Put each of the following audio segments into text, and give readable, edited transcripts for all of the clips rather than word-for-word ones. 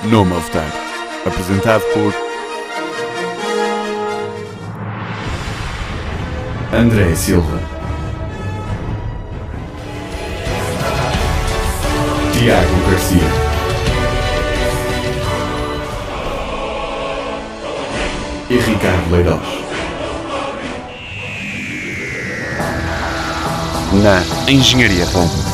Nome a Votar. Apresentado por André Silva, Tiago Garcia, e Ricardo Leirós. Na Engenharia Home.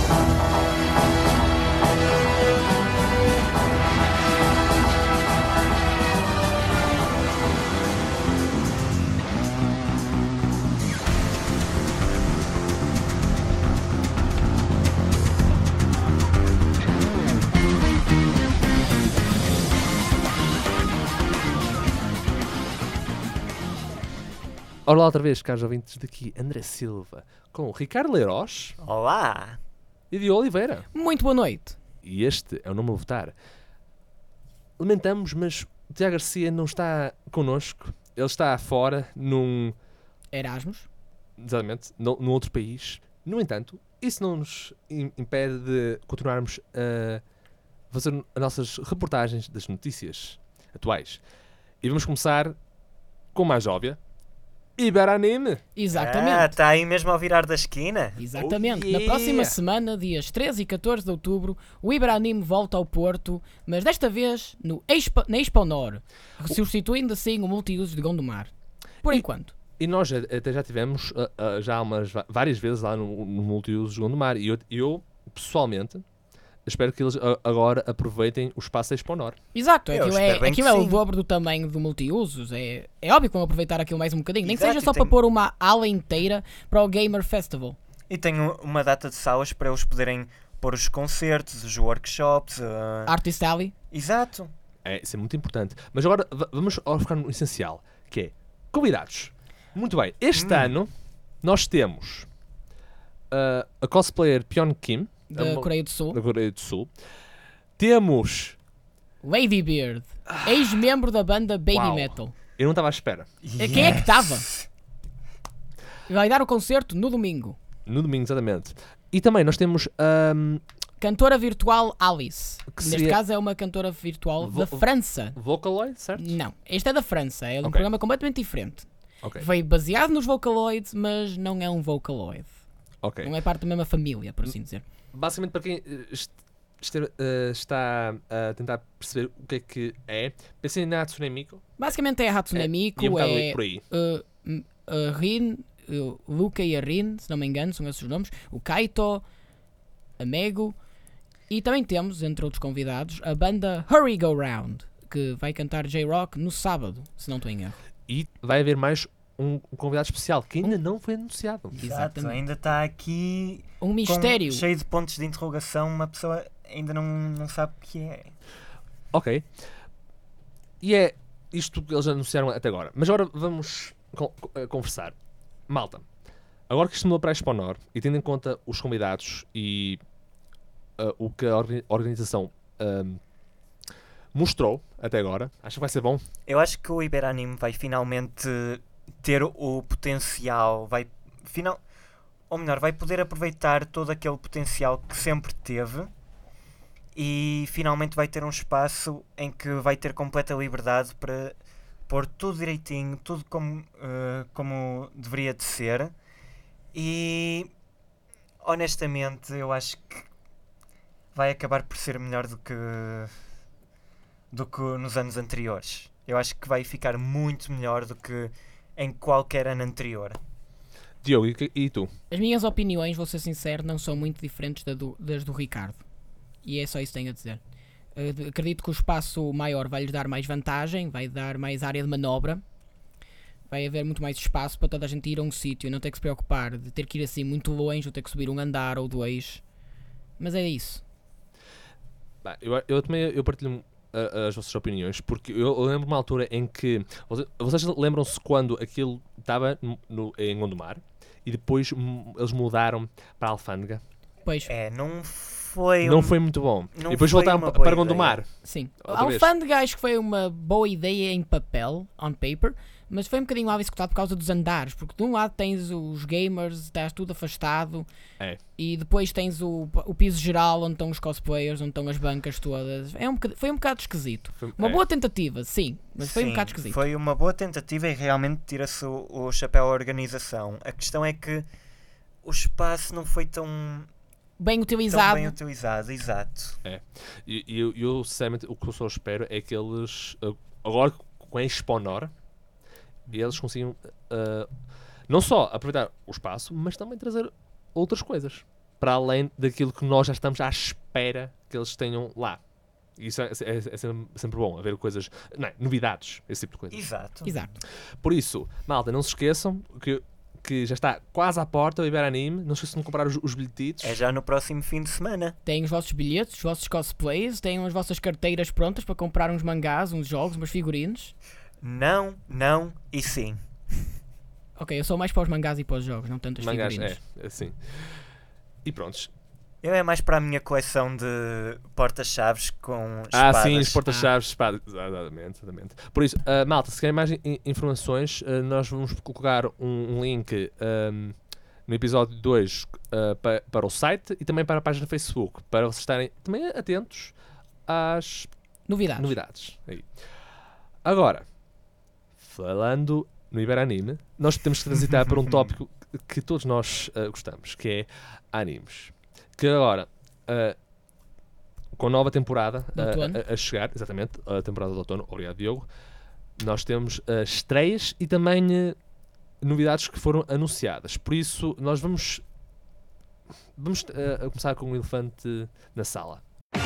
Olá outra vez, caros ouvintes, daqui André Silva, com o Ricardo Leirós. Olá! E Diogo Oliveira. Muito boa noite. E este é o Nome a Votar. Lamentamos, mas o Tiago Garcia não está connosco. Ele está fora, Erasmus. exatamente, num outro país. No entanto, isso não nos impede de continuarmos a fazer as nossas reportagens das notícias atuais. E vamos começar com a mais óbvia. Iberanime. Exatamente. Está aí mesmo ao virar da esquina? Exatamente. Oh, yeah. Na próxima semana, dias 13 e 14 de outubro, o Iberanime volta ao Porto, mas desta vez na Expo Nor, substituindo assim o multiuso de Gondomar. Por enquanto. E nós até já tivemos várias vezes lá no multiuso de Gondomar. E eu, pessoalmente, espero que eles agora aproveitem o espaço da Expo Nor. Exato, Eu aquilo espero bem é que o sim. dobro do tamanho do multiusos. É óbvio que vão aproveitar aquilo mais um bocadinho. Nem que Exato, seja só e tem- para pôr uma ala inteira para o Gamer Festival. E tenho uma data de salas para eles poderem pôr os concertos, os workshops. Artist Alley. Exato. Isso é muito importante. Mas agora vamos focar no essencial, que é convidados. Muito bem, este ano nós temos a cosplayer Pyeon Kim, Da Coreia do Sul. da Coreia do Sul. Temos... Lady Beard, ex-membro da banda Baby Uau. Metal. Eu não estava à espera. Quem é que estava? Vai dar o concerto no domingo. No domingo, exatamente. E também nós temos... Cantora virtual Alice. Que Neste seria- caso é uma cantora virtual da França. Vocaloid, certo? Não, este é da França. É um Ok. programa completamente diferente. Ok, Veio baseado nos Vocaloids, mas não é um Vocaloid. ok. Não é parte da mesma família, por assim dizer. Basicamente, para quem está a tentar perceber o que é, pensem na Hatsune Miku. Basicamente é a Hatsune Miku, E um bocado é por aí. a Rin, o Luca e a Rin, se não me engano, são esses os nomes. O Kaito, a Mego. E também temos, entre outros convidados, a banda Hurry Go Round, que vai cantar J-Rock no sábado, se não estou em erro. E vai haver mais um convidado especial que ainda não foi anunciado. Exato. Exatamente. Ainda está aqui Um mistério. cheio de pontos de interrogação. Uma pessoa ainda não sabe o que é. Ok. E é isto que eles anunciaram até agora. Mas agora vamos conversar. Malta, agora que isto mudou para a Expo Nor e tendo em conta os convidados e o que a organização mostrou até agora, acho que vai ser bom. Eu acho que o Iberanime vai finalmente ter o potencial, vai poder aproveitar todo aquele potencial que sempre teve e finalmente vai ter um espaço em que vai ter completa liberdade para pôr tudo direitinho, tudo como deveria de ser. E honestamente eu acho que vai acabar por ser melhor do que nos anos anteriores. Eu acho que vai ficar muito melhor do que em qualquer ano anterior. Diogo, e tu? As minhas opiniões, vou ser sincero, não são muito diferentes das do Ricardo. E é só isso que tenho a dizer. Acredito que o espaço maior vai lhes dar mais vantagem, vai dar mais área de manobra. Vai haver muito mais espaço para toda a gente ir a um sítio e não ter que se preocupar de ter que ir assim muito longe ou ter que subir um andar ou dois. Mas é isso. Bah, eu também partilho as vossas opiniões, porque eu lembro uma altura em que... Vocês lembram-se quando aquilo estava em Gondomar e depois eles mudaram para a Alfândega? Pois, Não foi Não foi muito bom. não E depois foi voltaram uma para boa Gondomar. sim. Outra A vez. Alfândega acho que foi uma boa ideia em papel, on paper, mas foi um bocadinho mal executado por causa dos andares, porque de um lado tens os gamers, estás tudo afastado, e depois tens o piso geral onde estão os cosplayers, onde estão as bancas todas. Foi um bocado esquisito. Uma boa tentativa, sim, mas foi um bocado esquisito. Foi uma boa tentativa e realmente tira-se o chapéu à organização. A questão é que o espaço não foi tão bem utilizado. Exato. E eu, sinceramente, o que eu só espero é que eles, agora com a Expo Nor, eles consigam não só aproveitar o espaço, mas também trazer outras coisas para além daquilo que nós já estamos à espera que eles tenham lá. Isso é sempre bom, haver coisas, novidades, esse tipo de coisa. Exato. Por isso, malta, não se esqueçam que já está quase à porta o Iberanime. Não se esqueçam de comprar os bilhetitos. É já no próximo fim de semana. Têm os vossos bilhetes, os vossos cosplays, têm as vossas carteiras prontas para comprar uns mangás, uns jogos, umas figurinos. Não e sim. Ok, eu sou mais para os mangás e para os jogos, não tanto os mangás, figurinos. Assim. E prontos. Eu é mais para a minha coleção de porta-chaves com espadas. Sim, os porta-chaves, espadas. Exatamente. Por isso, malta, se querem mais informações, nós vamos colocar um link no episódio 2 para o site e também para a página do Facebook, para vocês estarem também atentos às novidades. Aí. Agora, falando no Iberanime, nós temos que transitar para um tópico que todos nós gostamos, que é animes. Que agora, com a nova temporada a chegar, exatamente, a temporada de outono, obrigado Diogo, nós temos estreias e também novidades que foram anunciadas. Por isso, nós vamos começar com o elefante na sala.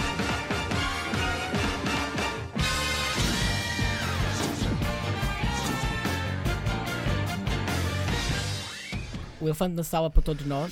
O elefante na sala para todos nós.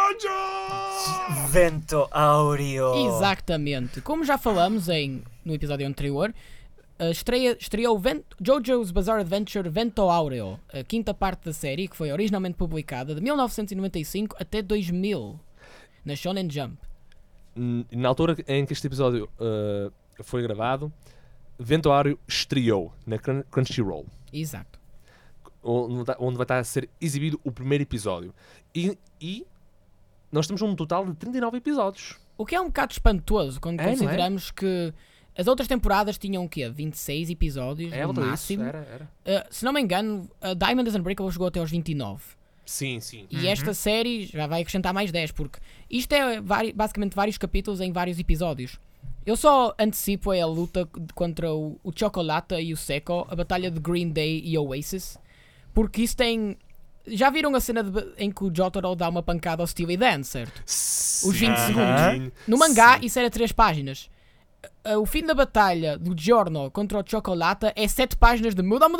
Vento Áureo. Exatamente. Como já falamos no episódio anterior, estreou JoJo's Bizarre Adventure Vento Áureo, a quinta parte da série, que foi originalmente publicada de 1995 até 2000, na Shonen Jump. Na altura em que este episódio foi gravado, Vento Áureo estreou na Crunchyroll. Exato. Onde vai estar a ser exibido o primeiro episódio. E nós temos um total de 39 episódios. O que é um bocado espantoso quando consideramos que as outras temporadas tinham o quê? 26 episódios no máximo. Era. Se não me engano, a Diamond is Unbreakable chegou até aos 29. Sim. E esta série já vai acrescentar mais 10, porque isto é basicamente vários capítulos em vários episódios. Eu só antecipo a luta contra o Chocolata e o Seco, a batalha de Green Day e Oasis, porque isso tem... Já viram a cena em que o Jotaro dá uma pancada ao Steely Dan, certo? Os 20 segundos. No mangá, isso era 3 páginas. O fim da batalha do Giorno contra o Chocolata é 7 páginas de muda.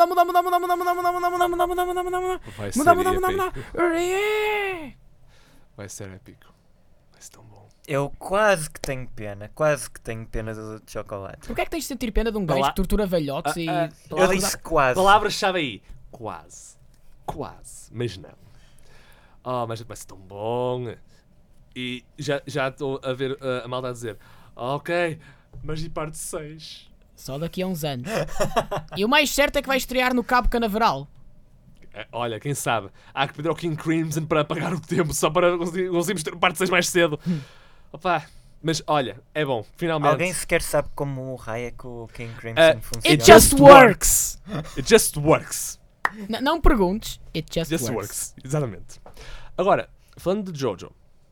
Vai ser épico. Vai ser tão bom. Eu quase que tenho pena do Chocolate. Porquê é que tens de sentir pena de um gajo que tortura velhotes e... Eu disse quase. Palavras-chave aí. Quase. Mas não. Mas vai ser tão bom. E já estou a ver a malta a dizer: ok, mas e parte 6? Só daqui a uns anos. E o mais certo é que vai estrear no Cabo Canaveral. Olha, quem sabe? Há que pedir ao King Crimson para apagar o tempo, só para conseguirmos ter parte 6 mais cedo. Opa, mas olha, é bom, finalmente. Alguém sequer sabe como o raio é que o King Crimson funciona? It just works! It just works. Não perguntes, it just works. Exatamente. Agora, falando de JoJo,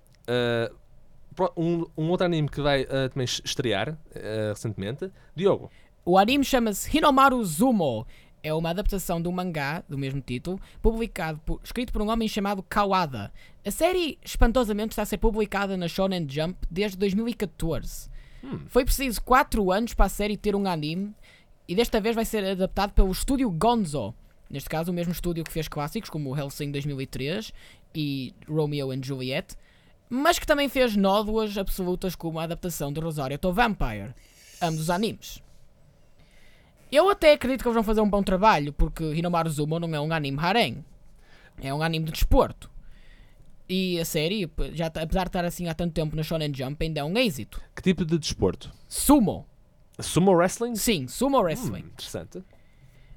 um outro anime que vai também estrear recentemente, Diogo. O anime chama-se Hinomaru Zumo. É uma adaptação de um mangá do mesmo título, escrito por um homem chamado Kawada. A série, espantosamente, está a ser publicada na Shonen Jump desde 2014. Foi preciso 4 anos para a série ter um anime, e desta vez vai ser adaptado pelo estúdio Gonzo. Neste caso, o mesmo estúdio que fez clássicos como o Hellsing 2003 e Romeo and Juliet, mas que também fez nódoas absolutas como a adaptação de Rosario to Vampire, ambos os animes. Eu até acredito que eles vão fazer um bom trabalho, porque Hinomaru Zumo não é um anime harem, é um anime de desporto. E a série, apesar de estar assim há tanto tempo na Shonen Jump, ainda é um êxito. Que tipo de desporto? Sumo. Sumo Wrestling? Sim, Sumo Wrestling. Interessante.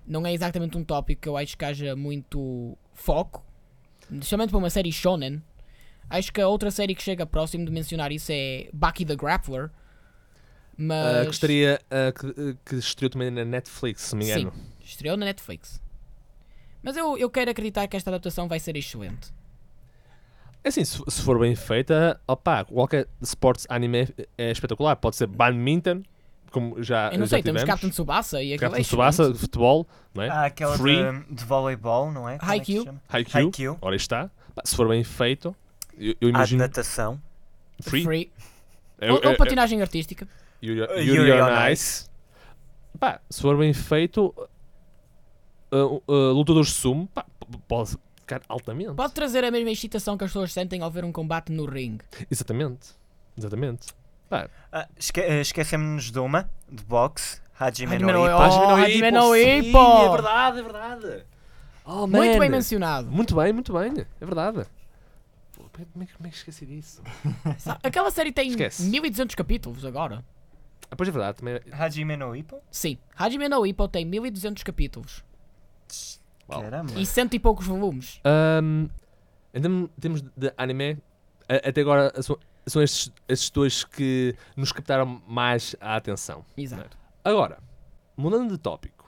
não é exatamente um tópico que eu acho que haja muito foco, especialmente para uma série shonen. Acho que a outra série que chega próximo de mencionar isso é Baki the Grappler. Mas... gostaria que estreou também na Netflix, se não me engano. Sim, estreou na Netflix. Mas eu quero acreditar que esta adaptação vai ser excelente. É assim, se for bem feita, opá, qualquer sports anime é espetacular. Pode ser badminton, como já Eu não já sei, temos tivemos. Captain Tsubasa e aquilo Captain é Tsubasa, excelente. futebol, não é? Há aquela Free. de voleibol, não é? Como é que se Haikyuu. chama? Haikyuu, Haikyuu. ora aí está. Pá, se for bem feito, eu Há de imagino... natação. Free. Ou patinagem artística. Yuri on Ice. Pá, se for bem feito, lutadores de sumo, pá, pode ficar altamente. Pode trazer a mesma excitação que as pessoas sentem ao ver um combate no ringue. Exatamente. Pá, Esquecemos-nos de uma, de boxe. Hajime Hajime no no Ippo. Hajime no sim, Ippo. é verdade. Oh, Muito man. bem mencionado. Muito bem, é verdade. Pô, como é que esqueci disso? Aquela série tem Esquece. 1200 capítulos agora. Ah, pois é verdade, também... Hajime no Ippo? Sim, Hajime no Ippo tem 1200 capítulos. Uau. Caramba. E 100 e poucos volumes. Em termos de anime, até agora são estes dois que nos captaram mais a atenção. Exato. Agora, mudando de tópico.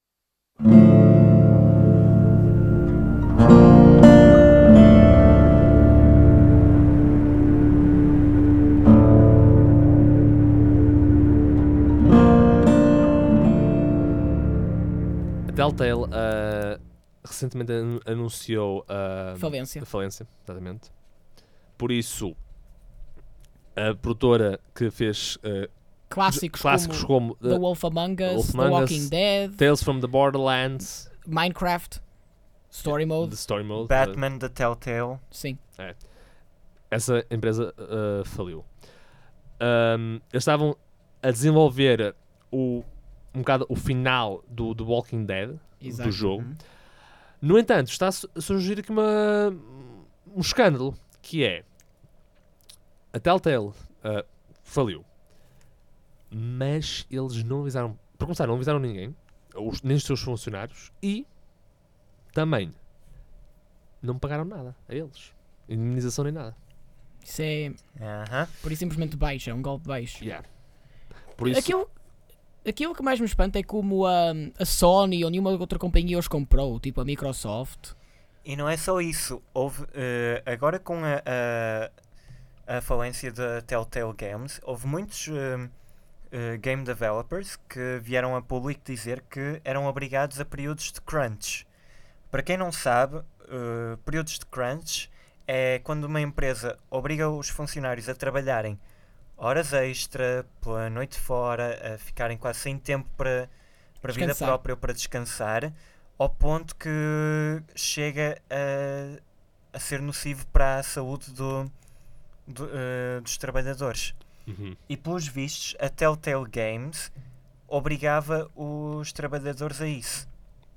A Telltale recentemente anunciou Falência. a falência, exatamente. Por isso, a produtora que fez Clássicos como The Wolf Among Us, Wolf The Among Walking Us, Dead, Tales from the Borderlands, Minecraft, Story Mode. The Story Mode. Batman da Telltale. Sim, Essa empresa faliu. Eles estavam a desenvolver um bocado o final do The Walking Dead, exato. do jogo. Uhum. No entanto, está a surgir aqui um escândalo, que é a Telltale faliu, mas eles não avisaram, para começar, não avisaram ninguém, nem os seus funcionários, e também não pagaram nada a eles, indemnização nem nada. Isso é, Aham. por isso simplesmente baixo, é um golpe baixo. Yeah. Por isso, Aquilo que mais me espanta é como a Sony ou nenhuma outra companhia os comprou, tipo a Microsoft. E não é só isso. Houve, agora com a falência da Telltale Games, houve muitos game developers que vieram a público dizer que eram obrigados a períodos de crunch. Para quem não sabe, períodos de crunch é quando uma empresa obriga os funcionários a trabalharem horas extra, pela noite fora, a ficarem quase sem tempo para vida Descansar. própria ou para descansar, ao ponto que chega a ser nocivo para a saúde dos trabalhadores. Uhum. E pelos vistos, a Telltale Games obrigava os trabalhadores a isso.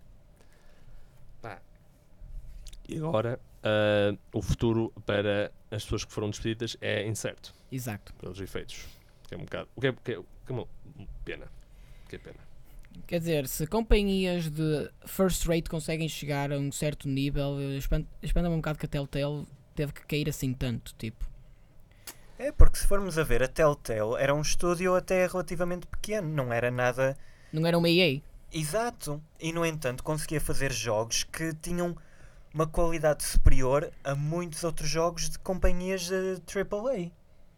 E agora, o futuro para as pessoas que foram despedidas é incerto, Exato. pelos efeitos. Que é um bocado... O que é uma pena. Que pena. Quer dizer, se companhias de first rate conseguem chegar a um certo nível, espanta-me um bocado que a Telltale teve que cair assim tanto, tipo. É, porque se formos a ver, a Telltale era um estúdio até relativamente pequeno, não era nada Não era uma EA. exato. E no entanto conseguia fazer jogos que tinham uma qualidade superior a muitos outros jogos de companhias de AAA.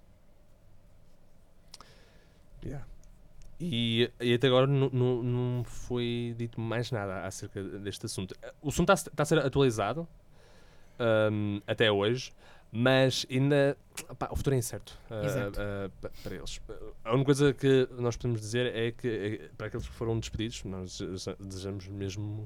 E até agora não foi dito mais nada acerca deste assunto. O assunto está a ser atualizado até hoje, mas ainda o futuro é incerto Exato. para eles. A única coisa que nós podemos dizer é que para aqueles que foram despedidos, nós desejamos mesmo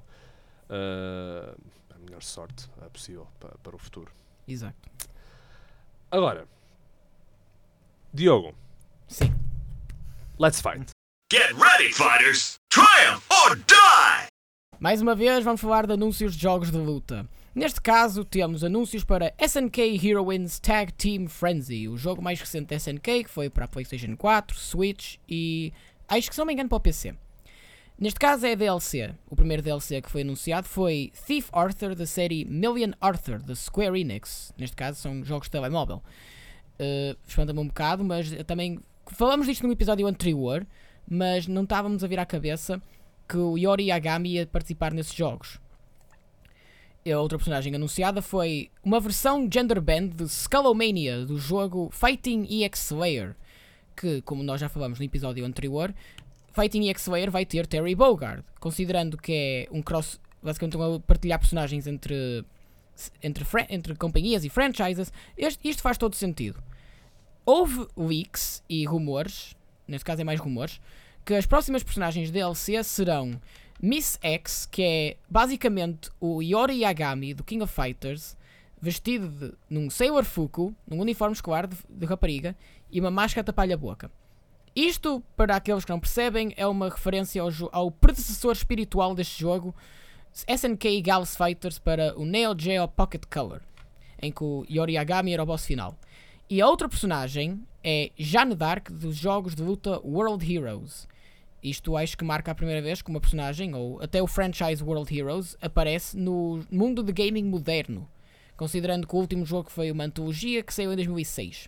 a melhor sorte possível para o futuro. Exato. Agora, Diogo, Sim. let's fight. Get ready, fighters! Triumph or die! Mais uma vez vamos falar de anúncios de jogos de luta. Neste caso temos anúncios para SNK Heroines Tag Team Frenzy, o jogo mais recente da SNK que foi para a PlayStation 4, Switch e acho que se não me engano para o PC. Neste caso é DLC. O primeiro DLC que foi anunciado foi Thief Arthur da série Million Arthur da Square Enix. Neste caso são jogos de telemóvel. Espanta-me um bocado, mas também falamos disto num episódio anterior, mas não estávamos a vir à cabeça que o Yori Yagami ia participar nesses jogos. A outra personagem anunciada foi uma versão genderbend de Skullomania do jogo Fighting EX Slayer, que, como nós já falamos no episódio anterior, Fighting EX Slayer vai ter Terry Bogard, considerando que é um cross, basicamente a partilhar personagens entre companhias e franchises. Isto faz todo sentido. Houve leaks e rumores, neste caso é mais rumores, que as próximas personagens DLC serão Miss X, que é basicamente o Yori Yagami do King of Fighters, vestido num Sailor Fuku, num uniforme escolar de rapariga e uma máscara a tapar-lhe a boca. Isto, para aqueles que não percebem, é uma referência ao predecessor espiritual deste jogo, SNK Gals Fighters, para o Neo Geo Pocket Color, em que o Yori Yagami era o boss final. E a outra personagem é Jeanne d'Arc dos jogos de luta World Heroes. Isto acho que marca a primeira vez que uma personagem, ou até o franchise World Heroes, aparece no mundo de gaming moderno, considerando que o último jogo foi uma antologia que saiu em 2006.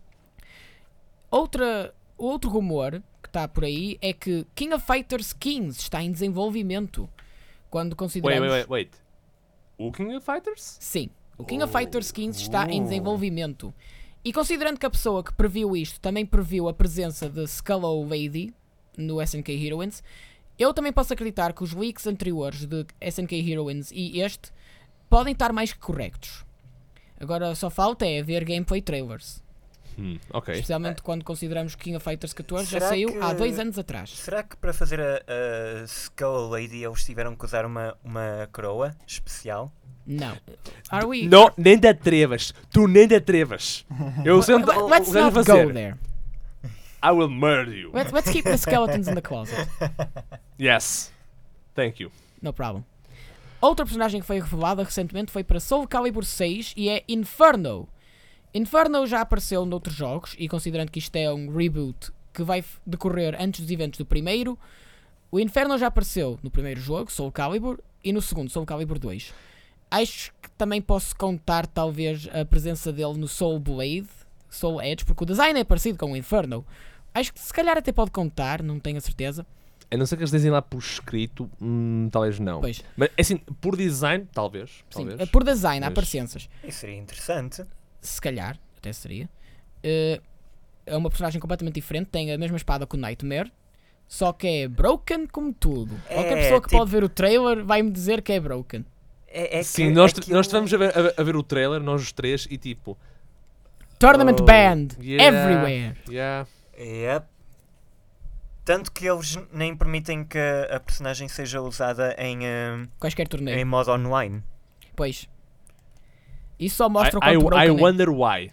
Outro rumor que está por aí é que King of Fighters 15 está em desenvolvimento. Quando consideramos... Wait. O King of Fighters? Sim, o King of Fighters 15 está em desenvolvimento. E considerando que a pessoa que previu isto também previu a presença de Skullo Lady no SNK Heroines, eu também posso acreditar que os leaks anteriores de SNK Heroines e este podem estar mais que corretos. Agora só falta é ver gameplay trailers. Ok. Especialmente quando consideramos que King of Fighters 14 já Será saiu que- há 2 anos atrás. Será que para fazer a Skull Lady eles tiveram que usar uma coroa especial? Não. Are we... Não, nem te atrevas. Tu nem te atrevas. Eu sento Let's not go fazer. there. I will murder you. Let's keep the skeletons in the closet. Yes. Thank you. No problem. Outra personagem que foi revelada recentemente foi para Soul Calibur 6 e é Inferno. Inferno já apareceu noutros jogos e considerando que isto é um reboot que vai decorrer antes dos eventos do primeiro, o Inferno já apareceu no primeiro jogo, Soul Calibur, e no segundo, Soul Calibur 2. Acho que também posso contar talvez a presença dele no Soul Blade, Soul Edge, porque o design é parecido com o Inferno. Acho que se calhar até pode contar, não tenho a certeza. A não ser que eles dizem lá por escrito, talvez não. Pois. Mas assim, por design, talvez. Sim, talvez. por design há Mas- parecenças. Isso seria interessante. Se calhar, até seria. É uma personagem completamente diferente, tem a mesma espada que o Nightmare, só que é broken como tudo. Qualquer pessoa que tipo- pode ver o trailer vai-me dizer que é broken. É Sim, que nós aquilo- estivemos a ver o trailer, nós os três, e tipo... Tournament oh, banned, yeah, everywhere. Yeah. Yep. Tanto que eles nem permitem que a personagem seja usada em Quaisquer torneio. modo online. Pois. Isso só mostra o I quanto broken é. wonder why.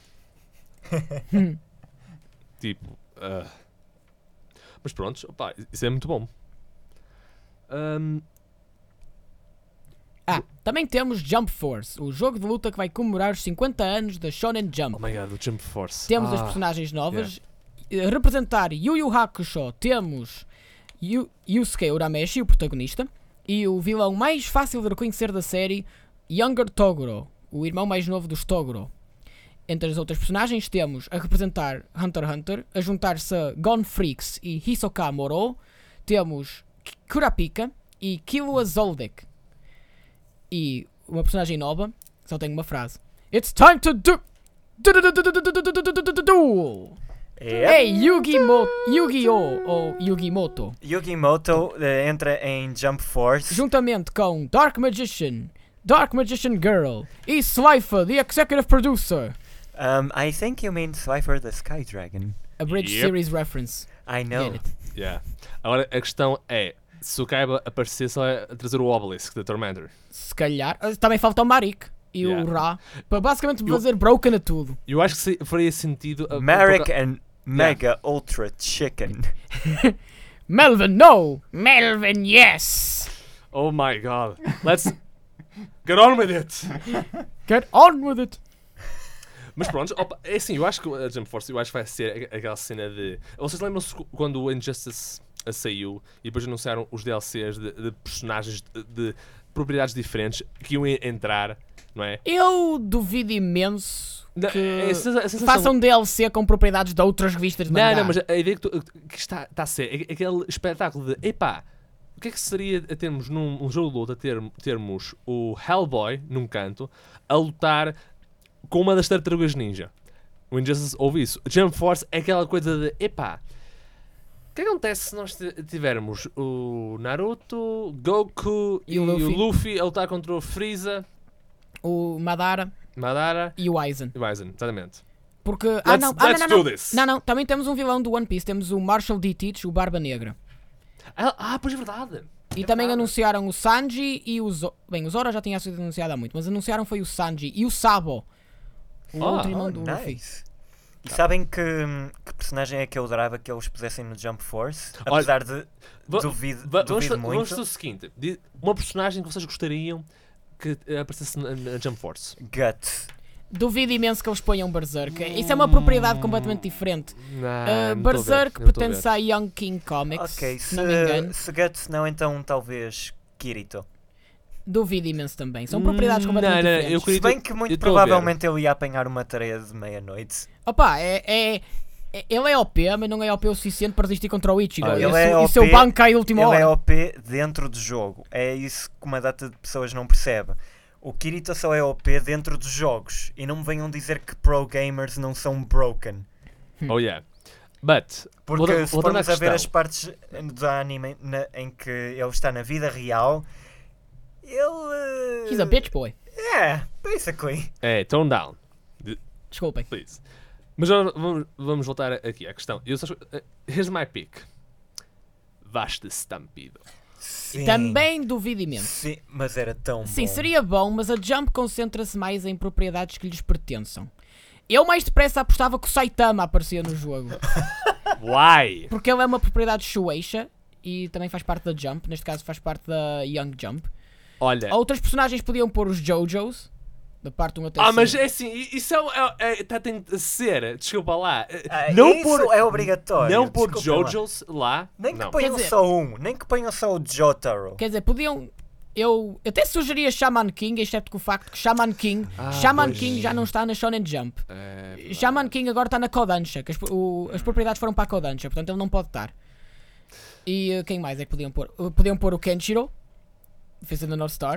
Tipo... Mas pronto, opa, isso é muito bom. Também temos Jump Force, o jogo de luta que vai comemorar os 50 anos da Shonen Jump. Oh my god, o Jump Force. Temos as personagens novas. A representar Yu Yu Hakusho temos Yusuke Urameshi, o protagonista, e o vilão mais fácil de reconhecer da série, Younger Toguro, o irmão mais novo dos Toguro. Entre as outras personagens temos a representar Hunter x Hunter, a juntar-se a Gon Freaks e Hisoka Moro, temos Kurapika e Killua Zoldek. E uma personagem nova, só tem uma frase. It's time to do... Duel! É Yu-Gi-Oh! Ou Yu-Gi-Moto. Yu-Gi-Moto entra em Jump Force. Juntamente com Dark Magician Girl e Slifer, the Executive Producer. I think you mean Slifer the Sky Dragon. A Bridge Yep. Series reference. I know. Get it. Yeah. Agora a questão é, se o Kaiba aparecer só é a trazer o Obelisk da Tormentor. Se calhar. Também falta o Marik e Yeah. o Ra. Para basicamente fazer broken a tudo. Eu acho que faria sentido... Marek and Mega Ultra Chicken. Melvin, no! Melvin, yes! Oh my god. Let's get on with it. Get on with it! Mas pronto, opa, é assim, eu acho que a Jump Force, eu acho que vai ser aquela cena de... Vocês lembram-se quando o Injustice saiu e depois anunciaram os DLCs de personagens de propriedades diferentes que iam entrar, não é? Eu duvido imenso que A sensação- façam DLC com propriedades de outras revistas de mangá. Não, mas a ideia que está a ser é aquele espetáculo de epá, o que é que seria a termos num jogo de luta termos o Hellboy num canto a lutar com uma das tartarugas ninja? O Injustice houve isso. Jump Force é aquela coisa de epá, o que acontece se nós tivermos o Naruto, Goku E o Luffy. a lutar contra o Frieza, O Madara Madara e o Aizen. e Bison, exatamente. Porque. Let's do this. Não, também temos um vilão do One Piece. Temos o Marshall D. Teach, o Barba Negra. Pois é verdade. E também anunciaram o Sanji e o Zoro. Bem, o Zoro já tinha sido anunciado há muito, mas anunciaram foi o Sanji e o Sabo. O outro irmão do Luffy. Nice. E sabem que personagem é que eu adorava que eles pusessem no Jump Force? Olha, Apesar de duvido Vamos muito. fazer o seguinte: uma personagem que vocês gostariam que aparecesse na Jump Force. Guts. Duvido imenso que eles ponham Berserk. Isso é uma propriedade completamente diferente. Não, Berserk pertence à Young King Comics, Ok, se não me engano. se Guts não, então talvez Kirito. Duvido imenso também. São propriedades completamente não, diferentes. eu queria- Se bem que muito eu estou a ver. provavelmente ele ia apanhar uma tarefa de meia-noite. Opa, ele é OP, mas não é OP o suficiente para resistir contra o Ichigo. Olha, ele é E o seu OP, banco cai à última Ele hora. é OP dentro do jogo. É isso que uma data de pessoas não percebe. O Kirito só é OP dentro dos jogos. E não me venham dizer que pro gamers não são broken. Oh yeah. But, Porque se voltando à formos a ver questão. as partes do anime em que ele está na vida real, ele... He's a bitch boy. Basically. É, tone down, Desculpem. please. Mas agora vamos voltar aqui à questão. Here's my pick. Vasta Stampido. Sim. Também duvido imenso. Sim, mas era tão Sim, bom. seria bom, mas a Jump concentra-se mais em propriedades que lhes pertençam. Eu mais depressa apostava que o Saitama aparecia no jogo. Why? Porque ele é uma propriedade Shueisha e também faz parte da Jump. Neste caso faz parte da Young Jump. Olha. Outras personagens podiam pôr os JoJos, da parte 1 até 5. Mas é assim, isso tem de ser, desculpa lá. Isso é obrigatório. Não pôr desculpa lá. JoJo's lá. Nem que não. ponham Quer dizer- só um. Nem que ponham só o Jotaro. Quer dizer, podiam... Eu até sugeria Shaman King, excepto com o facto que Shaman King pois. King já não está na Shonen Jump. É, Shaman King agora está na Kodansha, que as propriedades foram para a Kodansha, portanto ele não pode estar. E quem mais é que podiam pôr? Podiam pôr o Kenshiro, Fist of the North Star.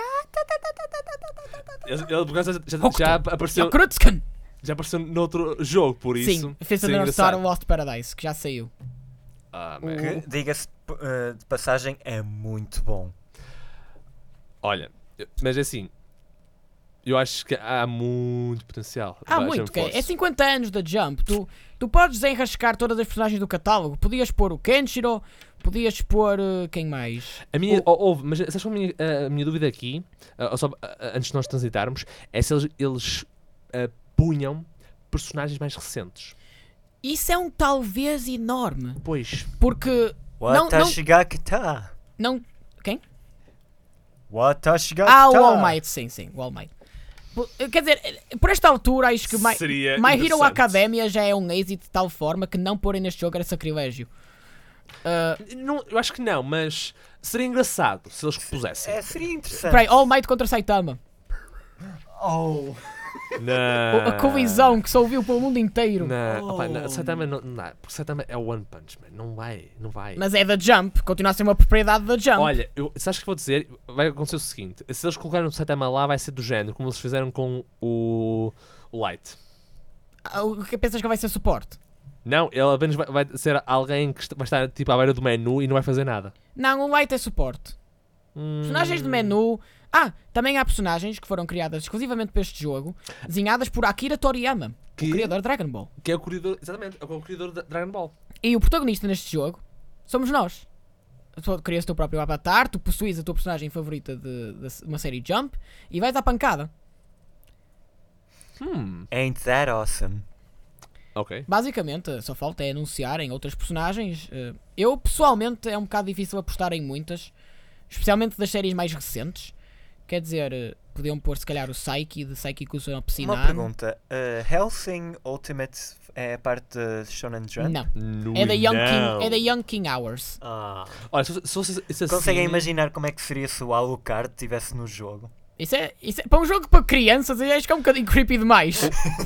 Ele por acaso já apareceu. Yokurutsukan! Já apareceu noutro jogo, por isso. Sim, Fist of sim, the North Star engraçado. Lost Paradise, que já saiu. Man. Que, diga-se de passagem, é muito bom. Olha, mas é assim. Eu acho que há muito potencial. Há Vai, muito, Jump que Force. é 50 anos da Jump. Tu podes desenrascar todas as personagens do catálogo. Podias pôr o Kenshiro, podias pôr quem mais? A minha, mas sabes qual é a minha dúvida aqui, antes de nós transitarmos, é se eles punham personagens mais recentes. Isso é um talvez enorme. Pois. Porque Watashi ga kita. não... Quem? Watashi ga Ah, o kita. All Might, sim, o All Might. Quer dizer, por esta altura acho que Seria My Hero interessante. Academia já é um êxito de tal forma que não porem neste jogo era sacrilégio. Não, eu acho que não, mas seria engraçado se eles pusessem. Seria interessante. Peraí, All Might contra Saitama. Oh. Não. A colisão que se ouviu pelo mundo inteiro. Não, opa, não, Saitama não dá, porque Saitama é One Punch Man, não vai. Mas é da Jump, continua a ser uma propriedade da Jump. Olha, sabes o que vou dizer? Vai acontecer o seguinte: se eles colocarem o Saitama lá, vai ser do género, como eles fizeram com o Light. O que pensas que vai ser suporte? Não, ele apenas vai ser alguém que vai estar tipo à beira do menu e não vai fazer nada. Não, o Light é suporte. Personagens de menu. Também há personagens que foram criadas exclusivamente para este jogo, desenhadas por Akira Toriyama, o criador de Dragon Ball. Que é o criador, exatamente, é o criador de Dragon Ball. E o protagonista neste jogo somos nós. Tu crias o teu próprio avatar, tu possuis a tua personagem favorita de uma série Jump e vais à pancada. Ain't that awesome? Ok. Basicamente, só falta é anunciarem outras personagens. Eu, pessoalmente, é um bocado difícil apostar em muitas, especialmente das séries mais recentes. Quer dizer, podiam pôr se calhar o Psyche de Psyche Kuso Uma Psinan. pergunta. Hellsing Ultimate é parte de Shonen Jump? Não. É da Young King Hours. Olha, se fosse isso assim... Conseguem imaginar como é que seria se o Alucard estivesse no jogo? Isso é para um jogo para crianças, eu acho que é um bocadinho creepy demais.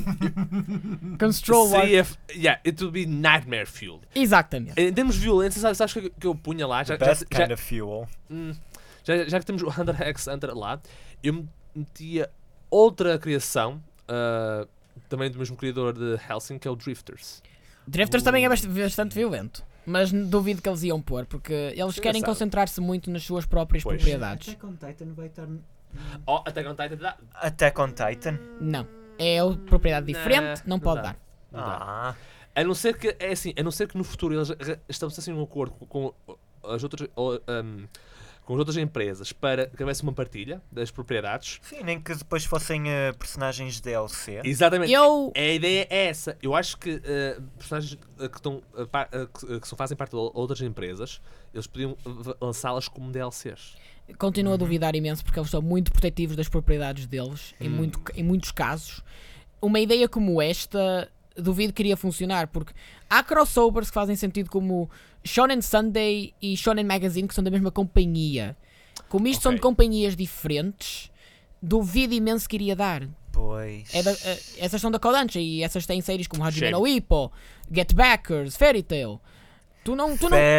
Com Stroll Seria, it would be nightmare fueled. Exatamente. Em termos de violência, sabes que eu punha lá? Best kind of fuel. Já que temos o Hunter x Hunter lá, eu metia outra criação, também do mesmo criador de Hellsing, que é o Drifters. Drifters também é bastante violento. Mas duvido que eles iam pôr, porque eles querem Engraçado. concentrar-se muito nas suas próprias Pois. propriedades. Attack on Titan vai estar... Attack on Titan dá. Attack on Titan? Não. É outra propriedade diferente, não pode dá. dar. Não dá. Ah, A não ser que, é assim, a não ser que no futuro eles estabelecessem um acordo com as outras... com as outras empresas para que houvesse uma partilha das propriedades. sim, nem que depois fossem personagens de DLC. Exatamente. Eu... A ideia é essa. Eu acho que personagens que fazem parte de outras empresas, eles podiam lançá-las como DLCs. Continuo a duvidar imenso porque eles são muito protetivos das propriedades deles, em muitos casos. Uma ideia como esta, duvido que iria funcionar, porque há crossovers que fazem sentido, como Shonen Sunday e Shonen Magazine, que são da mesma companhia. Como isto são de companhias diferentes, duvido imenso que iria dar. Pois. Essas são da Kodansha e essas têm séries como Hajime no Ippo, Get Backers, Fairy Tail. Tu não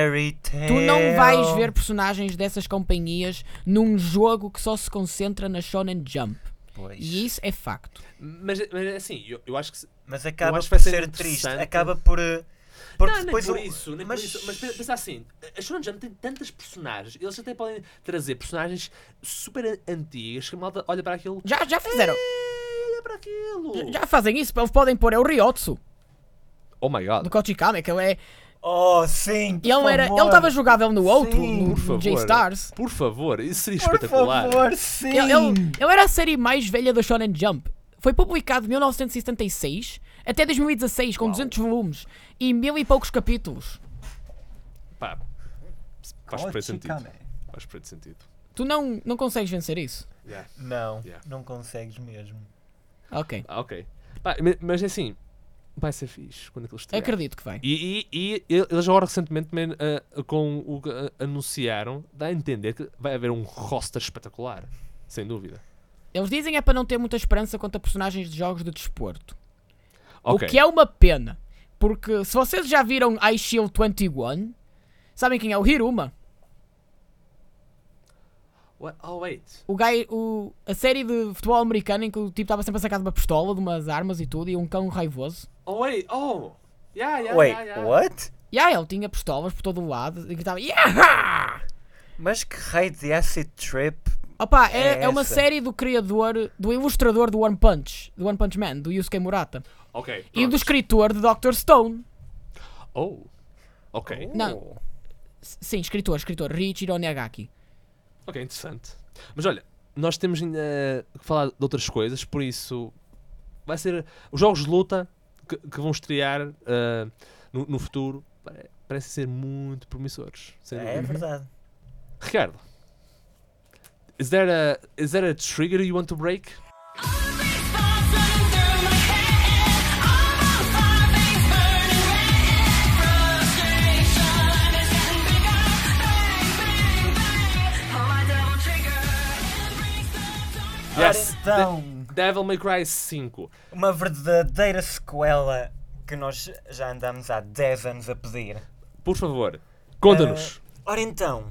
vais ver personagens dessas companhias num jogo que só se concentra na Shonen Jump. Pois. E isso é facto. Mas assim, eu acho que... Mas acaba acho que por vai ser ser interessante. triste. Acaba por... Porque Não, depois nem por o- isso, nem mas... por isso. Mas pensa assim, a Shonen Jump tem tantas personagens, eles até podem trazer personagens super antigas que a malta olha para aquilo... Já fizeram. Olha para aquilo! Já fazem isso. Eles podem pôr. É o Ryotsu Oh my god. do Kochikame, que ele é. Oh, sim, por Ele favor. estava jogável no outro, Sim, no por favor. J-Stars. Por favor, isso seria Por espetacular. favor, sim. Ele era a série mais velha da Shonen Jump. Foi publicado de 1976 até 2016, com 200 volumes e 1000 e poucos capítulos. Pá, faz perfeito sentido. Faz perfeito sentido. Tu não consegues vencer isso? Yeah. Não, Yeah. não consegues mesmo. Ok. Ok. Pá, mas assim, vai ser fixe quando aquilo estrear. Acredito que vai. E eles agora recentemente também, com o que anunciaram, dá a entender que vai haver um roster espetacular. Sem dúvida. Eles dizem é para não ter muita esperança quanto a personagens de jogos de desporto. Ok. O que é uma pena. Porque se vocês já viram Ice Shield 21, sabem quem é o Hiruma? Oh, wait. A série de futebol americano em que o tipo estava sempre a sacar de uma pistola, de umas armas e tudo, e um cão raivoso. Oh, wait. Oh. Yeah. Wait, what? E aí ele tinha pistolas por todo o lado e gritava "Yeah!" Mas que raio de acid trip? Opa, É é uma essa. série do criador, do ilustrador do One Punch Man, do Yusuke Murata. Ok. E do pronto. escritor de Dr. Stone. Oh. Ok. Não. Sim, escritor, Riichiro Nagaki. Ok, interessante. Mas olha, nós temos ainda que falar de outras coisas, por isso vai ser os jogos de luta que vão estrear no futuro. Parecem ser muito promissores. Sem É dúvida. verdade. Ricardo, is there a trigger you want to break? Yes. Então, Devil May Cry 5. uma verdadeira sequela que nós já andamos há 10 anos a pedir. Por favor, conta-nos. Ora então,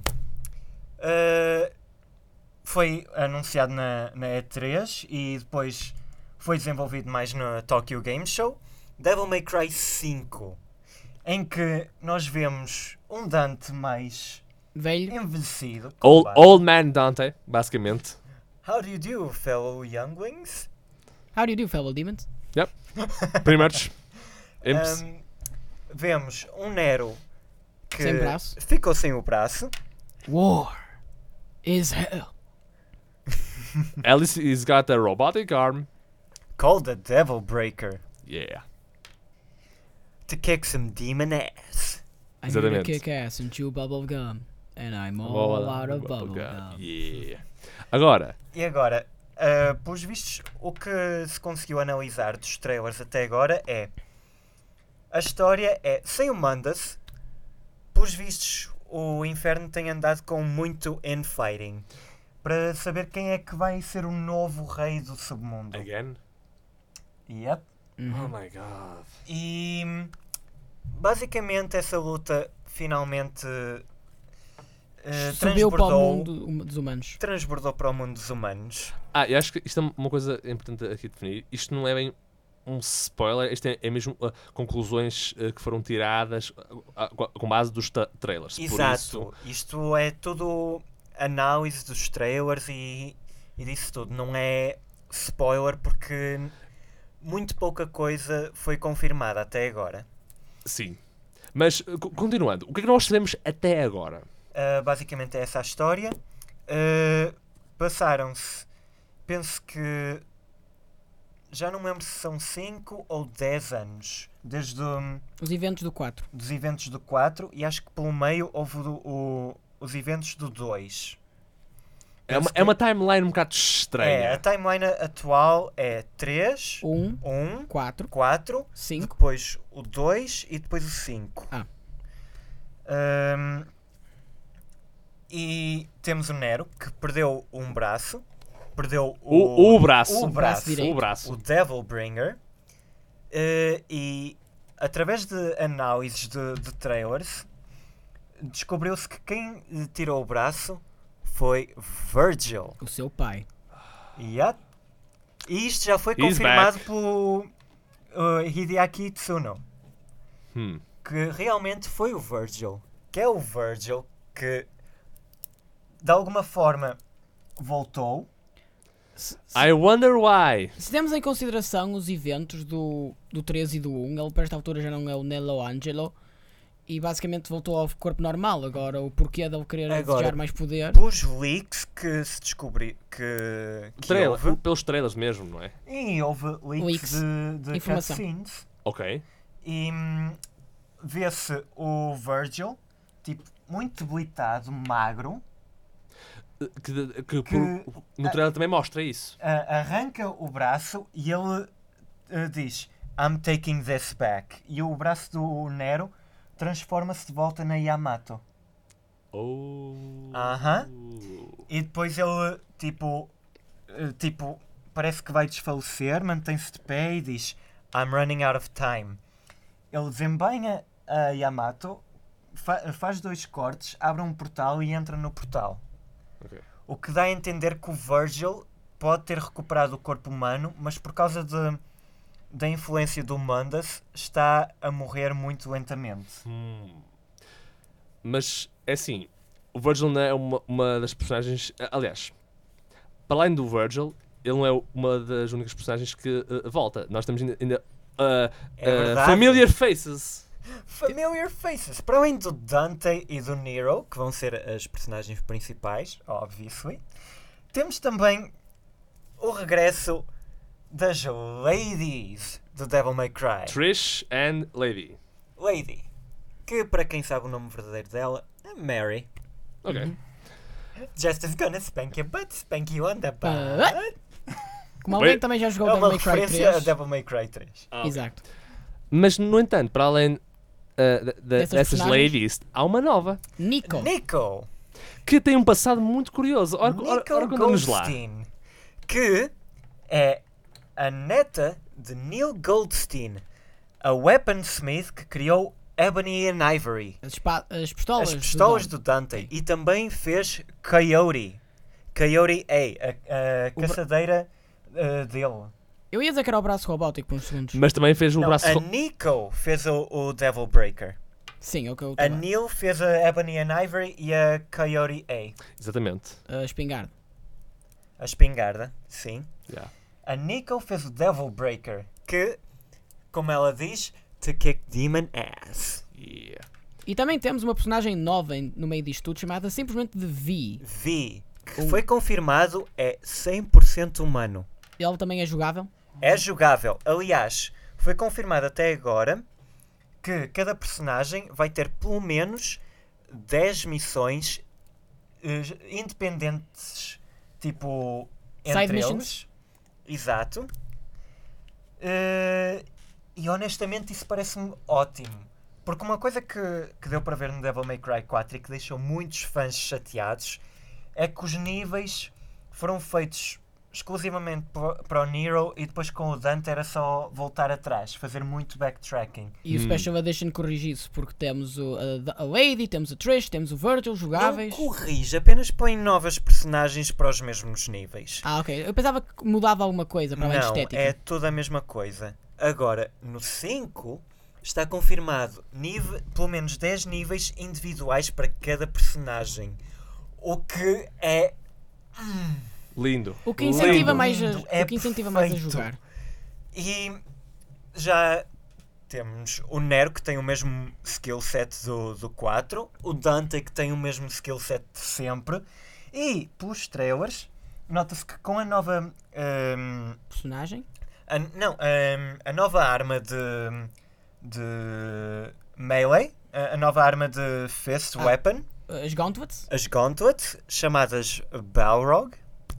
foi anunciado na E3 e depois foi desenvolvido mais na Tokyo Game Show, Devil May Cry 5, em que nós vemos um Dante mais Velho. envelhecido. Old Man Dante, basicamente. How do you do, fellow younglings? How do you do, fellow demons? Pretty much. Imps. Vemos um Nero que Sem braço. ficou sem o braço. War is hell. Alice has got a robotic arm. Called the Devil Breaker Yeah. to kick some demon ass. I'm here to Exatamente. kick ass and chew bubble gum. And I'm all out of bubblegum. Yeah. Agora, E agora, pelos vistos, o que se conseguiu analisar dos trailers até agora é... A história é, sem o Mundus, pelos vistos, o Inferno tem andado com muito infighting. Para saber quem é que vai ser o novo rei do submundo. again? Yep. Oh my god. E basicamente essa luta finalmente Subiu para o transbordou, mundo dos humanos. transbordou para o mundo dos humanos. Eu acho que isto é uma coisa importante aqui definir. Isto não é bem um spoiler, isto é mesmo conclusões que foram tiradas com base dos trailers. Por Exato. isso, Isto é tudo análise dos trailers e disso tudo. Não é spoiler porque muito pouca coisa foi confirmada até agora. sim. Mas, continuando, o que é que nós sabemos até agora? Basicamente é essa a história. Passaram-se, penso que já não me lembro se são 5 ou 10 anos desde Os eventos do 4. dos eventos do 4 e acho que pelo meio houve os eventos do 2. É uma timeline um bocado É, estranha. a timeline atual é 3, 1, 1, 4, 4, 5. depois o 2 e depois o 5. Ah. E temos o Nero que perdeu um braço, perdeu O braço. o braço, direito. O braço. o Devilbringer, e através de análises de trailers descobriu-se que quem lhe tirou o braço foi Virgil. O seu pai. Yep. E isto já foi He's confirmado pelo Hideaki Tsuno, Hum. que realmente foi o Virgil, que é o Virgil que de alguma forma voltou. I wonder why. Se temos em consideração os eventos do 3 e do 1, ele para esta altura já não é o Nello Angelo e basicamente voltou ao corpo normal. Agora, o porquê dele querer Agora, desejar mais poder. Pelos leaks que se descobriu que houve, Pelos trailers mesmo, não é? e houve leaks Leaks. de Informação. cutscenes, Ok. e vê-se o Virgil tipo muito debilitado, magro, No trailer também mostra isso. arranca o braço e ele diz I'm taking this back, e o braço do Nero transforma-se de volta na Yamato. Aham. E depois ele tipo parece que vai desfalecer, mantém-se de pé e diz I'm running out of time. Ele desembainha a Yamato, faz 2 cortes, abre um portal e entra no portal. Ok. O que dá a entender que o Virgil pode ter recuperado o corpo humano, mas por causa da influência do Mundus está a morrer muito lentamente. Mas, é assim, o Virgil não é uma das personagens... Aliás, para além do Virgil, ele não é uma das únicas personagens que volta. Nós temos ainda É verdade. Familiar Faces. Familiar Faces. Para além do Dante e do Nero, que vão ser as personagens principais, obviously, temos também o regresso das Ladies do Devil May Cry. Trish and Lady. Lady, que para quem sabe o nome verdadeiro dela é Mary. Ok. Just as gonna spank your butt, spank you on the butt. Como alguém Wait. também já jogou É Devil uma May Cry referência a 3. Devil May Cry 3. Exato. Mas, no entanto, para além dessas personagens? ladies, há uma nova. Nico. Nico. Que tem um passado muito curioso. Ora, Nico conta-nos lá. Goldstein, que é a neta de Neil Goldstein, a weaponsmith que criou Ebony and Ivory, As pistolas. as pistolas do do Dante, e também fez Coyote A, a caçadeira dele. Eu ia dizer que era o braço robótico por uns segundos. Mas também fez o Não, braço... a Nico fez o Devil Breaker. Sim, é o que eu A estava. Neil fez a Ebony and Ivory e a Coyote A. Exatamente. A espingarda. A espingarda, sim. Yeah. A Nico fez o Devil Breaker, que, como ela diz, to kick demon ass. Yeah. E também temos uma personagem nova no meio disto tudo chamada simplesmente de Vi. Vi, que foi confirmado, é 100% humano. Ele também é jogável. É jogável. Aliás, foi confirmado até agora que cada personagem vai ter pelo menos 10 missões independentes, tipo, Side entre missions? eles. Exato. E honestamente isso parece-me ótimo. Porque uma coisa que deu para ver no Devil May Cry 4 e que deixou muitos fãs chateados é que os níveis foram feitos exclusivamente para o Nero e depois com o Dante era só voltar atrás, fazer muito backtracking. E o Special Edition corrige isso, porque temos a Lady, temos o Trish, temos o Virgil, jogáveis. Não corrige, apenas põe novas personagens para os mesmos níveis. Ah, ok. Eu pensava que mudava alguma coisa para além de Não, estética. é tudo a mesma coisa. Agora, no 5 está confirmado pelo menos 10 níveis individuais para cada personagem. O que é Lindo. O que incentiva Lindo. mais Lindo, o que incentiva mais a perfeito. jogar. E já temos o Nero, que tem o mesmo skill set do 4, o Dante, que tem o mesmo skill set de sempre, e pelos trailers nota-se que com a nova Personagem? a nova arma de melee, a nova arma de fist weapon, As Gauntlets? as Gauntlet, chamadas Balrog,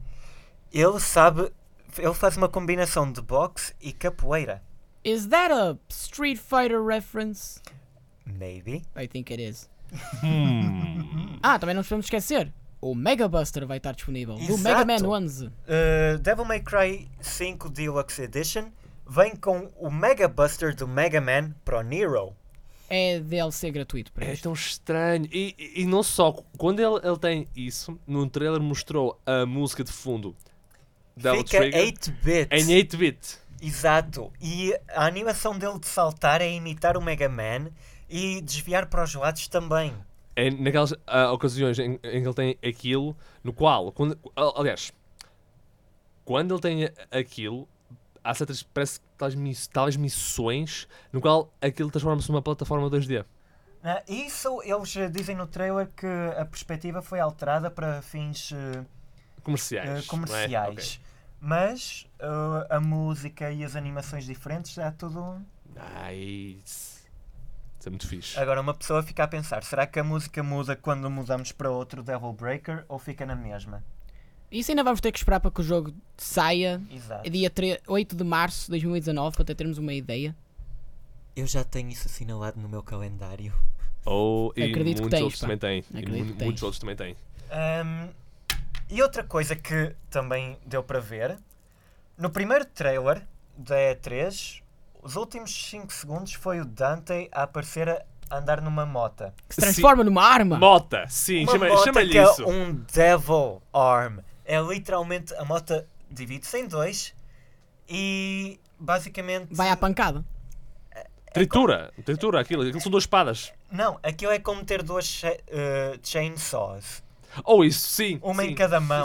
ele faz uma combinação de boxe e capoeira. Is that a Street Fighter reference? Maybe. I think it is. Também não nos podemos esquecer. O Mega Buster vai estar disponível. Do Exato. Mega Man 11. Devil May Cry 5 Deluxe Edition vem com o Mega Buster do Mega Man para o Nero. É DLC gratuito para É isto. tão estranho. E não só, quando ele tem isso, no trailer mostrou a música de fundo. Devil Fica Trigger 8-bit. em 8-bit. Exato. E a animação dele de saltar é imitar o Mega Man e desviar para os lados também. É naquelas ocasiões em que ele tem aquilo, no qual, aliás, quando ele tem aquilo, há certas, parece que tais missões, no qual aquilo transforma-se numa plataforma 2D. Isso eles dizem no trailer que a perspectiva foi alterada para fins Comerciais. comerciais. Não é? Ok. Mas a música e as animações diferentes é tudo. Nice. Isso é muito fixe. Agora uma pessoa fica a pensar, será que a música muda quando mudamos para outro Devil Breaker ou fica na mesma? Isso ainda vamos ter que esperar para que o jogo saia. Exato. Dia 8 de março de 2019, para termos uma ideia. Eu já tenho isso assinalado no meu calendário. E Acredito que muitos tens, outros pá. também têm. Acredito que tens. Muitos outros também têm. E outra coisa que também deu para ver, no primeiro trailer da E3, os últimos 5 segundos foi o Dante a aparecer a andar numa mota. Que se transforma numa arma. Mota, sim, Uma mota chama-lhe que isso. é um Devil Arm. É literalmente a mota divide-se em dois e basicamente... Vai à pancada. Tritura aquilo são duas espadas. Não, aquilo é como ter duas chainsaws. Isso, sim. Uma sim. em cada mão.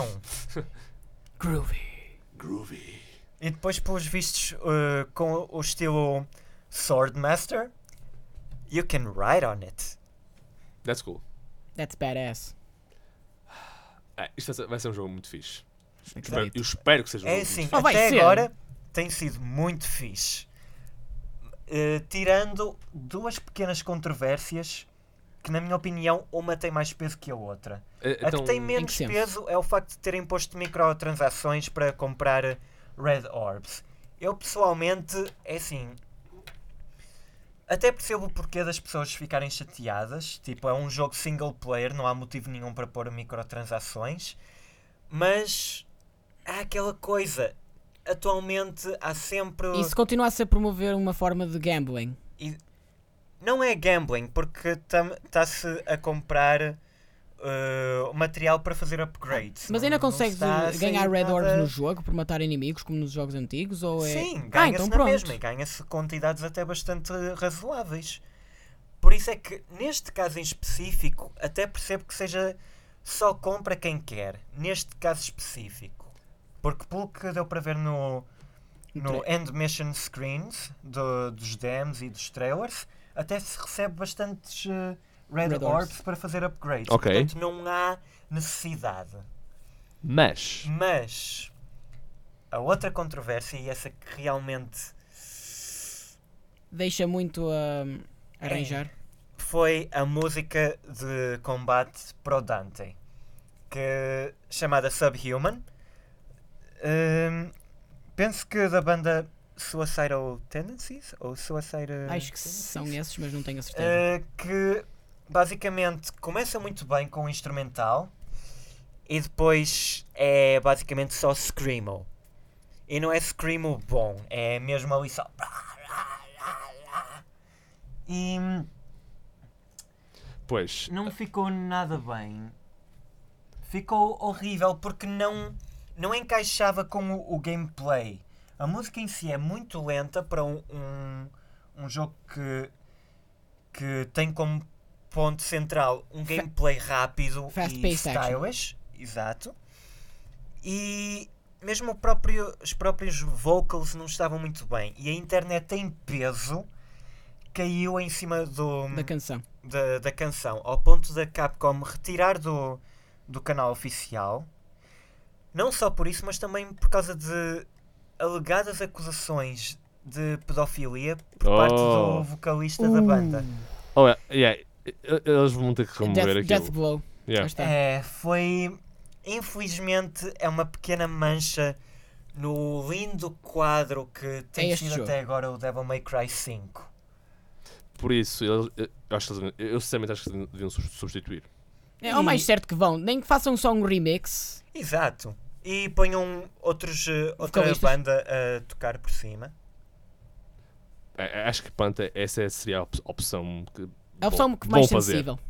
Groovy. E depois, pelos vistos, com o estilo Swordmaster, you can ride on it. That's cool. That's badass. Isto vai ser um jogo muito fixe. Acredito. Eu espero que seja um É jogo assim, muito Oh, vai até ser. agora tem sido muito fixe. Tirando duas pequenas controvérsias que, na minha opinião, uma tem mais peso que a outra. fixe. A que tem Em menos que senso? peso é o facto de terem posto microtransações para comprar Red Orbs. Eu pessoalmente, é assim, até percebo o porquê das pessoas ficarem chateadas. Tipo, é um jogo single player, não há motivo nenhum para pôr microtransações. Mas há aquela coisa, atualmente há sempre... Isso continua-se a promover uma forma de gambling. Não é gambling, porque está-se a comprar material para fazer upgrades. Mas Não- ainda não consegues está a ganhar sair Red nada- Orbs no jogo por matar inimigos, como nos jogos antigos? Ou é... Sim, ganha-se então na pronto. mesma e ganha-se quantidades até bastante razoáveis. Por isso é que, neste caso em específico, até percebo que seja só compra quem quer. Neste caso específico. Porque pelo que deu para ver no end mission screens dos demos e dos trailers, até se recebe bastantes Red Red Orbs Orbs para fazer upgrades. Ok. Portanto, não há necessidade. Mas, A outra controvérsia, e essa que realmente Deixa muito a arranjar. foi a música de combate para o Dante, chamada Subhuman. Penso que da banda Suicidal Tendencies ou Suicidal Acho que são esses, mas não tenho a certeza. que basicamente começa muito bem com o instrumental e depois é basicamente só Screamo. E não é Screamo bom, é mesmo ali só. E Pois, não ficou nada bem. Ficou horrível porque não encaixava com o gameplay. A música em si é muito lenta para um jogo que tem como ponto central um gameplay rápido e Fast-paced action. stylish. Exato. E mesmo os próprios vocals não estavam muito bem. E a internet em peso caiu em cima Da canção. da canção, ao ponto da Capcom retirar do canal oficial. Não só por isso, mas também por causa de alegadas acusações de pedofilia por parte do vocalista da banda. eles vão ter que remover Death aquilo. Blow. Yeah. Lá está. Foi... Infelizmente é uma pequena mancha no lindo quadro que tem este sido jogo. até agora o Devil May Cry 5. Por isso, eu sinceramente acho que deviam substituir. É o mais certo que vão. Nem que façam só um remix. Exato. E ponham outra Vocalistas. banda a tocar por cima. Acho que Panta, essa seria a opção que A opção que vão mais fazer. sensível.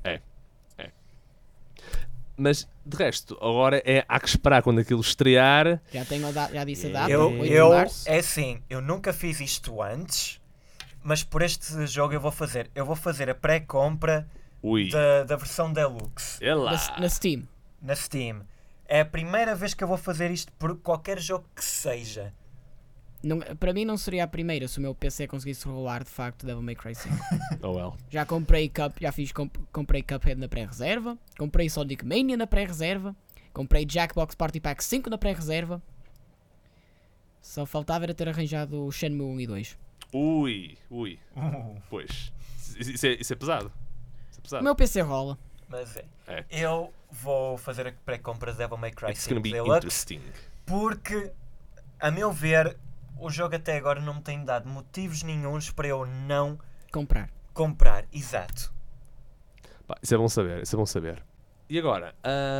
Mas, de resto, agora há que esperar quando aquilo estrear. Já disse a data. Eu, 8 de eu, março. é assim, eu nunca fiz isto antes, mas por este jogo eu vou fazer. Eu vou fazer a pré-compra Ui, da versão Deluxe é lá. Na Steam. na Steam. É a primeira vez que eu vou fazer isto por qualquer jogo que seja. Para mim não seria a primeira se o meu PC conseguisse rolar de facto Devil May Cry 5. Oh well. Já comprei comprei Cuphead na pré-reserva, comprei Sonic Mania na pré-reserva, comprei Jackbox Party Pack 5 na pré-reserva. Só faltava era ter arranjado o Shenmue 1 e 2. Ui. Pois. Isso é pesado. Isso é O pesado. meu PC rola. Mas É. eu vou fazer a pré-compra de Devil May Cry It's 5 gonna be Deluxe interesting. porque, a meu ver, o jogo até agora não me tem dado motivos nenhuns para eu não Comprar. comprar. Exato. Pá, isso é bom saber. E agora,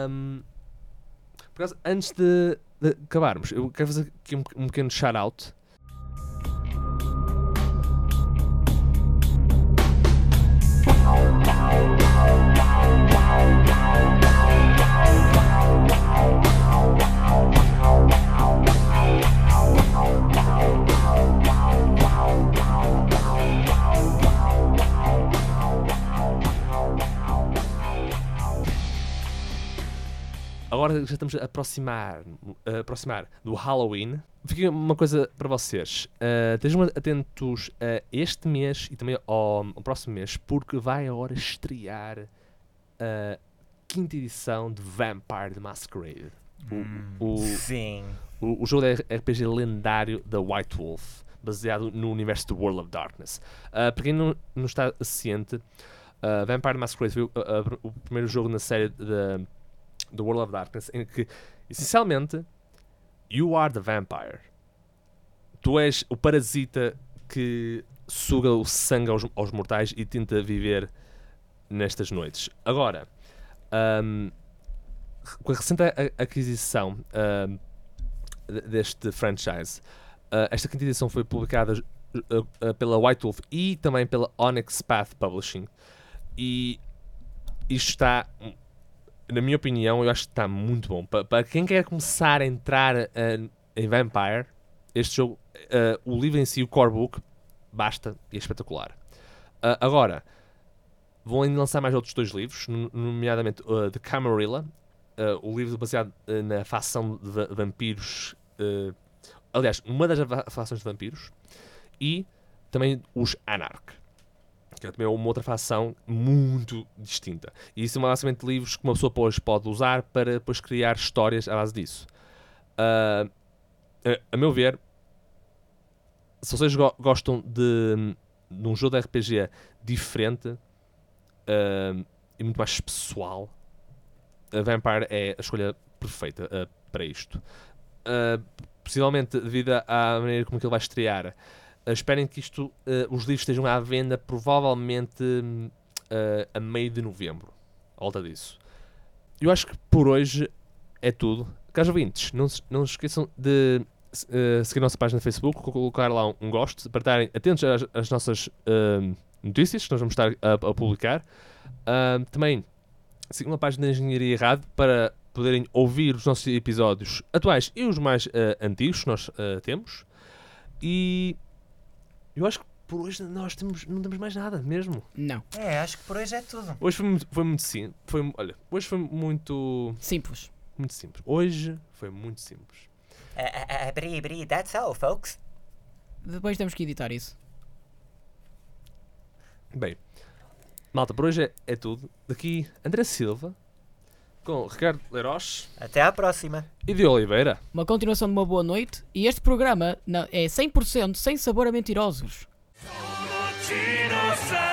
por acaso, antes de acabarmos, eu quero fazer aqui um pequeno shout-out. Agora já estamos a aproximar do Halloween. Fica uma coisa para vocês. Estejam atentos a este mês e também ao próximo mês, porque vai agora estrear a 5ª edição de Vampire the Masquerade. Sim. O jogo de RPG lendário da White Wolf, baseado no universo de World of Darkness. Para quem não está ciente, Vampire the Masquerade foi o primeiro jogo na série do World of Darkness, em que, essencialmente, you are the vampire. Tu és o parasita que suga o sangue aos mortais e tenta viver nestas noites. Agora, com a recente aquisição deste franchise, esta 5ª edição foi publicada pela White Wolf e também pela Onyx Path Publishing, e isto está, na minha opinião, eu acho que está muito bom. Para quem quer começar a entrar em Vampire, este jogo, o livro em si, o core book, basta e é espetacular. Agora, vão ainda lançar mais outros 2 livros, nomeadamente The Camarilla, o livro baseado na facção de vampiros, aliás, uma das facções de vampiros, e também os Anarch, que é também uma outra facção muito distinta. E isso são basicamente livros que uma pessoa depois pode usar para depois criar histórias à base disso. A meu ver, se vocês gostam de um jogo de RPG diferente, e muito mais pessoal, a Vampire é a escolha perfeita para isto. Possivelmente devido à maneira como ele vai estrear, esperem que os livros estejam à venda provavelmente a meio de novembro. À volta disso. Eu acho que por hoje é tudo. Caros ouvintes, não se esqueçam de seguir a nossa página no Facebook, colocar lá um gosto, para estarem atentos às nossas notícias que nós vamos estar a publicar. Também sigam a página da Engenharia Errado para poderem ouvir os nossos episódios atuais e os mais antigos que nós temos. E eu acho que por hoje nós não temos mais nada mesmo. Não. Acho que por hoje é tudo. Hoje foi muito simples. Hoje foi muito Simples. simples. Hoje foi muito simples. That's all, folks. Depois temos que editar isso. Bem, malta, por hoje é tudo. Daqui, André Silva, com Ricardo Leiroche Até à próxima. e de Oliveira. Uma continuação de uma boa noite. E este programa é 100% sem sabor a mentirosos. Chino